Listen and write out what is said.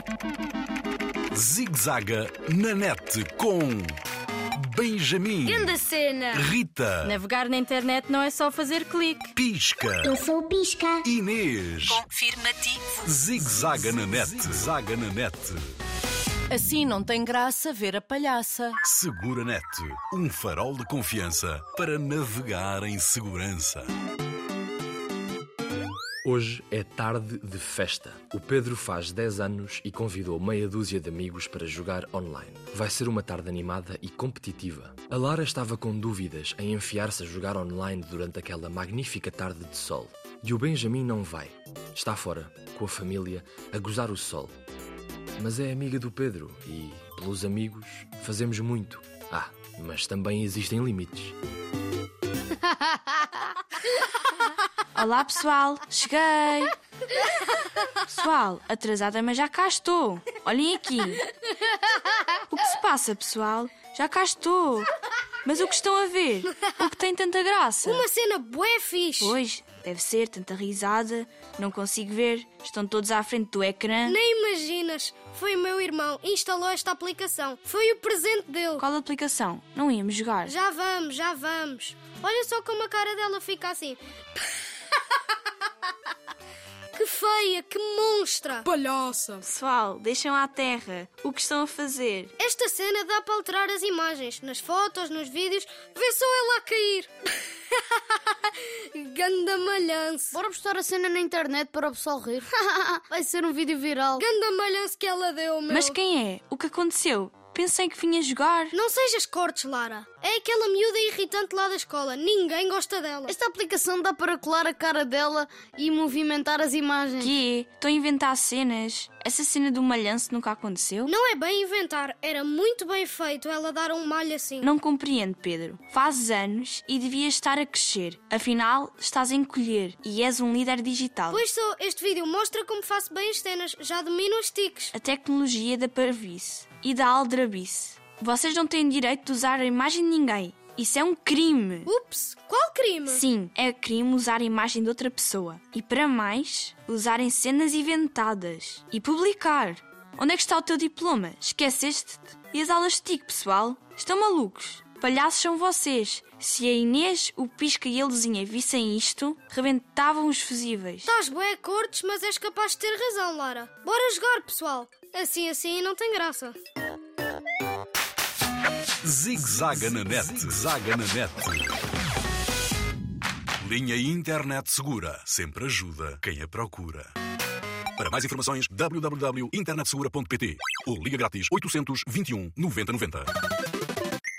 Zig-zaga na net com Benjamin, Grande cena! Rita, Navegar na internet não é só fazer clique. Pisca, Eu sou o Pisca. Inês. Confirmativo. Zig-zaga na net, zaga na net. Assim não tem graça ver a palhaça. Segura Net, um farol de confiança para navegar em segurança. Hoje é tarde de festa. O Pedro faz 10 anos e convidou meia dúzia de amigos para jogar online. Vai ser uma tarde animada e competitiva. A Lara estava com dúvidas em enfiar-se a jogar online durante aquela magnífica tarde de sol. E o Benjamin não vai. Está fora, com a família, a gozar o sol. Mas é amiga do Pedro e, pelos amigos, fazemos muito. Mas também existem limites. Olá pessoal, cheguei! Pessoal, atrasada, mas já cá estou. Olhem aqui. O que se passa, pessoal? Já cá estou. Mas o que estão a ver? O que tem tanta graça? Uma cena bué fixe! Pois, deve ser tanta risada. Não consigo ver. Estão todos à frente do ecrã. Nem imaginas! Foi o meu irmão, instalou esta aplicação. Foi o presente dele. Qual aplicação? Não íamos jogar. Já vamos. Olha só como a cara dela fica assim. Que feia, que monstra! Palhaça! Pessoal, deixem lá a terra. O que estão a fazer? Esta cena dá para alterar as imagens. Nas fotos, nos vídeos. Vê só ela a cair. Ganda malhanço. Bora postar a cena na internet para o pessoal rir. Vai ser um vídeo viral. Ganda malhanço que ela deu, meu. Mas quem é? O que aconteceu? Pensei que vinha jogar. Não sejas cortes, Lara. É aquela miúda irritante lá da escola. Ninguém gosta dela. Esta aplicação dá para colar a cara dela e movimentar as imagens. Que é? Estão a inventar cenas? Essa cena do malhanço nunca aconteceu? Não é bem inventar. Era muito bem feito ela dar um malho assim. Não compreendo, Pedro. Fazes anos e devias estar a crescer. Afinal, estás a encolher e és um líder digital. Pois sou. Este vídeo mostra como faço bem as cenas. Já domino os tiques. A tecnologia da parvice e da aldrabice. Vocês não têm direito de usar a imagem de ninguém. Isso é um crime. Ups, qual crime? Sim, é crime usar a imagem de outra pessoa. E para mais, usarem cenas inventadas. E publicar. Onde é que está o teu diploma? Esqueceste-te? E as aulas de TIC, pessoal? Estão malucos? Palhaços são vocês. Se a Inês, o Pisca e a Luzinha vissem isto, rebentavam os fusíveis. Estás bué cortes, mas és capaz de ter razão, Lara. Bora jogar, pessoal. Assim não tem graça. Zig-zaga na net, zaga na net. Linha Internet Segura sempre ajuda quem a procura. Para mais informações, www.internetsegura.pt ou liga grátis 821 90 90.